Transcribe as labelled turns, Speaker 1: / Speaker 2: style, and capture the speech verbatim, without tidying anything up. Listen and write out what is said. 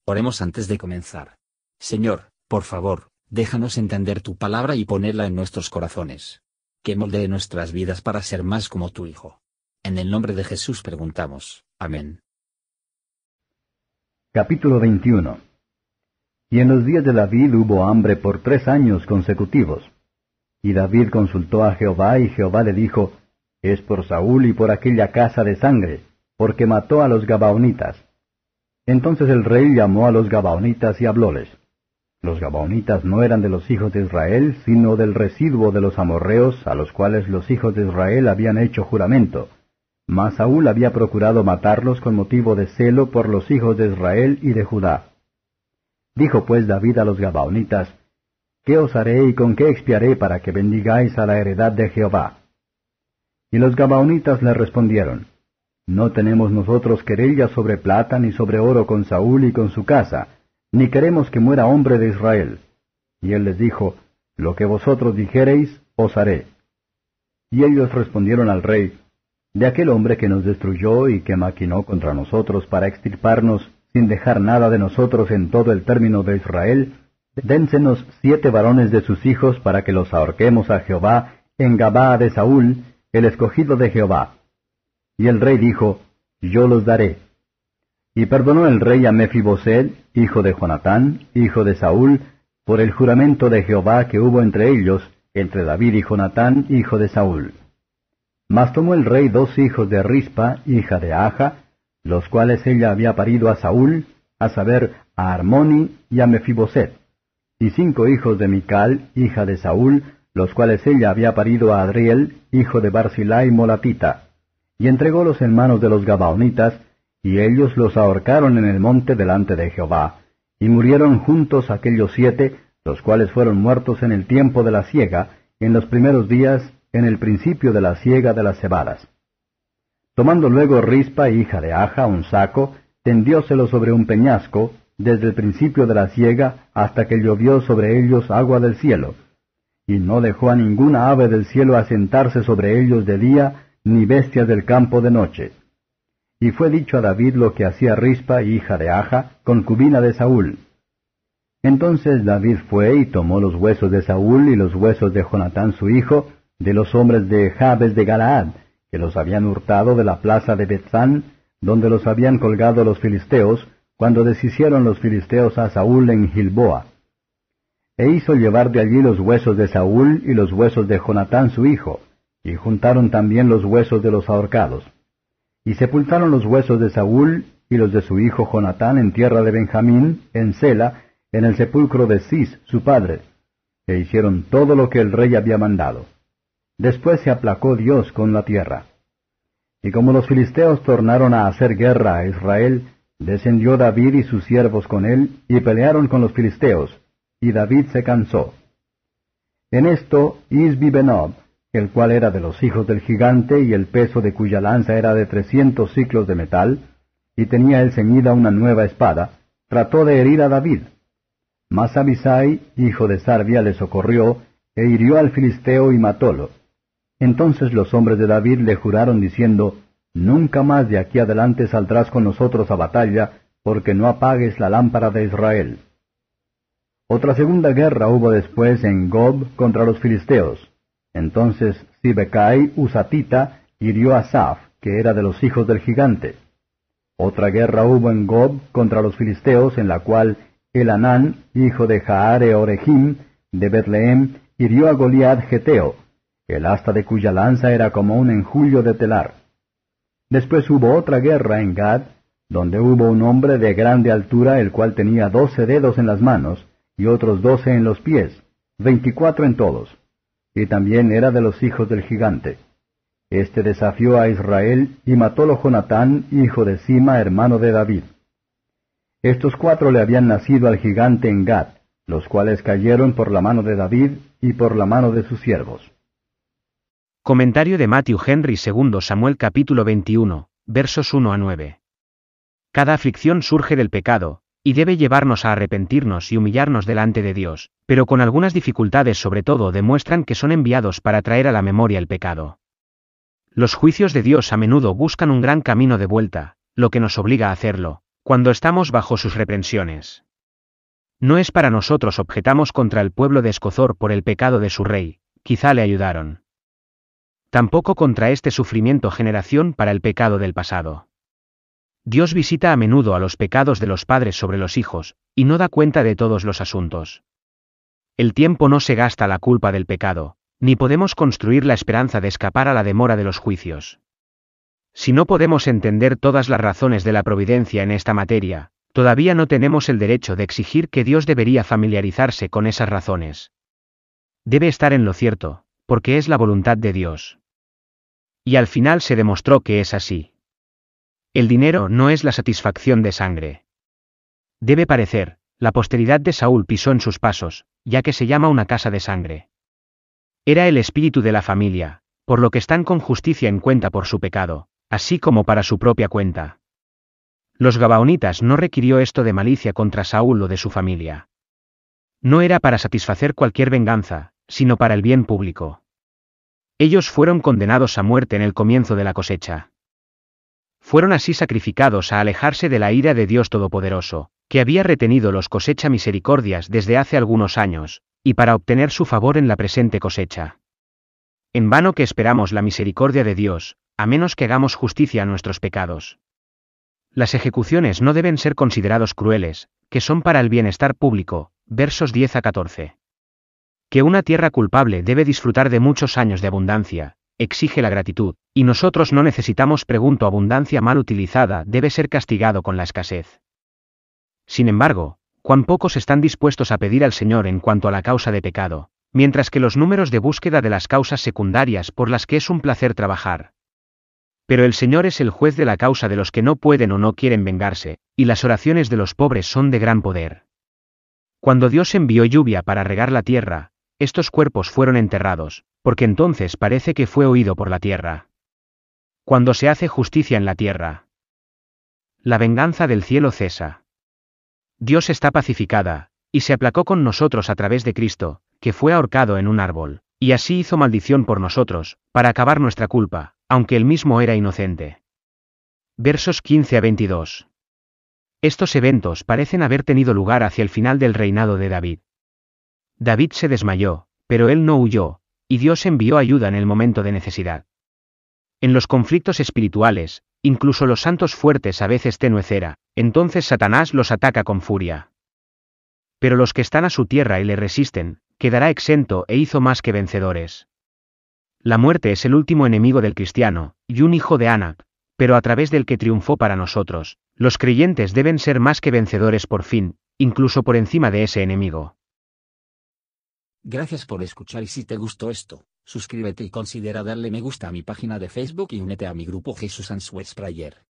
Speaker 1: Oremos antes de comenzar. Señor, por favor, déjanos entender tu palabra y ponerla en nuestros corazones. Que moldee nuestras vidas para ser más como tu Hijo. En el nombre de Jesús preguntamos. Amén.
Speaker 2: Capítulo veintiuno. Y en los días de David hubo hambre por tres años consecutivos. Y David consultó a Jehová, y Jehová le dijo, Es por Saúl y por aquella casa de sangre, porque mató a los Gabaonitas. Entonces el rey llamó a los Gabaonitas y hablóles. Los Gabaonitas no eran de los hijos de Israel, sino del residuo de los amorreos, a los cuales los hijos de Israel habían hecho juramento. Mas Saúl había procurado matarlos con motivo de celo por los hijos de Israel y de Judá. Dijo pues David a los Gabaonitas, ¿Qué os haré y con qué expiaré para que bendigáis a la heredad de Jehová? Y los Gabaonitas le respondieron, No tenemos nosotros querella sobre plata ni sobre oro con Saúl y con su casa, ni queremos que muera hombre de Israel. Y él les dijo, Lo que vosotros dijereis, os haré. Y ellos respondieron al rey, De aquel hombre que nos destruyó y que maquinó contra nosotros para extirparnos, sin dejar nada de nosotros en todo el término de Israel, dénsenos siete varones de sus hijos para que los ahorquemos a Jehová en Gabaa de Saúl, el escogido de Jehová. Y el rey dijo, Yo los daré. Y perdonó el rey a Mefiboset, hijo de Jonatán, hijo de Saúl, por el juramento de Jehová que hubo entre ellos, entre David y Jonatán, hijo de Saúl. Mas tomó el rey dos hijos de Rispa, hija de Aja, los cuales ella había parido a Saúl, a saber, a Armoni y a Mefiboset, y cinco hijos de Mical, hija de Saúl, los cuales ella había parido a Adriel, hijo de Barzilai Molatita, y entrególos en manos de los Gabaonitas, y ellos los ahorcaron en el monte delante de Jehová, y murieron juntos aquellos siete, los cuales fueron muertos en el tiempo de la siega, en los primeros días, en el principio de la siega de las cebadas. Tomando luego Rispa, hija de Aja, un saco, tendióselo sobre un peñasco, desde el principio de la siega hasta que llovió sobre ellos agua del cielo, y no dejó a ninguna ave del cielo asentarse sobre ellos de día, ni bestias del campo de noche. Y fue dicho a David lo que hacía Rispa, hija de Aja, concubina de Saúl. Entonces David fue y tomó los huesos de Saúl y los huesos de Jonatán su hijo, de los hombres de Jabes de Galaad, que los habían hurtado de la plaza de Betzán, donde los habían colgado los filisteos, cuando deshicieron los filisteos a Saúl en Gilboa. E hizo llevar de allí los huesos de Saúl y los huesos de Jonatán su hijo, y juntaron también los huesos de los ahorcados. Y sepultaron los huesos de Saúl y los de su hijo Jonatán en tierra de Benjamín, en Sela, en el sepulcro de Cis, su padre, e hicieron todo lo que el rey había mandado. Después se aplacó Dios con la tierra. Y como los filisteos tornaron a hacer guerra a Israel, descendió David y sus siervos con él, y pelearon con los filisteos, y David se cansó. En esto, Isbi-Benob, el cual era de los hijos del gigante, y el peso de cuya lanza era de trescientos siclos de metal, y tenía él ceñida una nueva espada, trató de herir a David. Mas Abisai, hijo de Sarvia, le socorrió, e hirió al filisteo y matólo. Entonces los hombres de David le juraron diciendo, Nunca más de aquí adelante saldrás con nosotros a batalla, porque no apagues la lámpara de Israel. Otra segunda guerra hubo después en Gob contra los filisteos. Entonces Sibecai, Usatita, hirió a Saf, que era de los hijos del gigante. Otra guerra hubo en Gob contra los filisteos, en la cual Elanán, hijo de Jaare Orejim, de Betlehem, hirió a Goliat Geteo, el asta de cuya lanza era como un enjullo de telar. Después hubo otra guerra en Gad, donde hubo un hombre de grande altura, el cual tenía doce dedos en las manos, y otros doce en los pies, veinticuatro en todos, y también era de los hijos del gigante. Este desafió a Israel, y matólo Jonatán, hijo de Sima, hermano de David. Estos cuatro le habían nacido al gigante en Gad, los cuales cayeron por la mano de David y por la mano de sus siervos.
Speaker 3: Comentario de Matthew Henry segundo Samuel capítulo veintiuno, versos uno a nueve. Cada aflicción surge del pecado, y debe llevarnos a arrepentirnos y humillarnos delante de Dios, pero con algunas dificultades sobre todo demuestran que son enviados para traer a la memoria el pecado. Los juicios de Dios a menudo buscan un gran camino de vuelta, lo que nos obliga a hacerlo, cuando estamos bajo sus reprensiones. No es para nosotros, objetamos contra el pueblo de Escozor por el pecado de su rey, quizá le ayudaron. Tampoco contra este sufrimiento generación para el pecado del pasado. Dios visita a menudo a los pecados de los padres sobre los hijos, y no da cuenta de todos los asuntos. El tiempo no se gasta la culpa del pecado, ni podemos construir la esperanza de escapar a la demora de los juicios. Si no podemos entender todas las razones de la providencia en esta materia, todavía no tenemos el derecho de exigir que Dios debería familiarizarse con esas razones. Debe estar en lo cierto, porque es la voluntad de Dios. Y al final se demostró que es así. El dinero no es la satisfacción de sangre. Debe parecer, la posteridad de Saúl pisó en sus pasos, ya que se llama una casa de sangre. Era el espíritu de la familia, por lo que están con justicia en cuenta por su pecado, así como para su propia cuenta. Los gabaonitas no requirió esto de malicia contra Saúl o de su familia. No era para satisfacer cualquier venganza, sino para el bien público. Ellos fueron condenados a muerte en el comienzo de la cosecha. Fueron así sacrificados a alejarse de la ira de Dios Todopoderoso, que había retenido los cosecha misericordias desde hace algunos años, y para obtener su favor en la presente cosecha. En vano que esperamos la misericordia de Dios, a menos que hagamos justicia a nuestros pecados. Las ejecuciones no deben ser considerados crueles, que son para el bienestar público, versos diez a catorce. Que una tierra culpable debe disfrutar de muchos años de abundancia, exige la gratitud, y nosotros no necesitamos pregunto abundancia mal utilizada debe ser castigado con la escasez. Sin embargo, cuán pocos están dispuestos a pedir al Señor en cuanto a la causa de pecado, mientras que los números de búsqueda de las causas secundarias por las que es un placer trabajar. Pero el Señor es el juez de la causa de los que no pueden o no quieren vengarse, y las oraciones de los pobres son de gran poder. Cuando Dios envió lluvia para regar la tierra, estos cuerpos fueron enterrados, porque entonces parece que fue oído por la tierra. Cuando se hace justicia en la tierra, la venganza del cielo cesa. Dios está pacificada, y se aplacó con nosotros a través de Cristo, que fue ahorcado en un árbol, y así hizo maldición por nosotros, para acabar nuestra culpa, aunque él mismo era inocente. Versos quince a veintidós. Estos eventos parecen haber tenido lugar hacia el final del reinado de David. David se desmayó, pero él no huyó, y Dios envió ayuda en el momento de necesidad. En los conflictos espirituales, incluso los santos fuertes a veces tenue cera, entonces Satanás los ataca con furia. Pero los que están a su tierra y le resisten, quedará exento e hizo más que vencedores. La muerte es el último enemigo del cristiano, y un hijo de Anac, pero a través del que triunfó para nosotros, los creyentes deben ser más que vencedores por fin, incluso por encima de ese enemigo.
Speaker 1: Gracias por escuchar y si te gustó esto, suscríbete y considera darle me gusta a mi página de Facebook y únete a mi grupo Jesús Answers Prayer.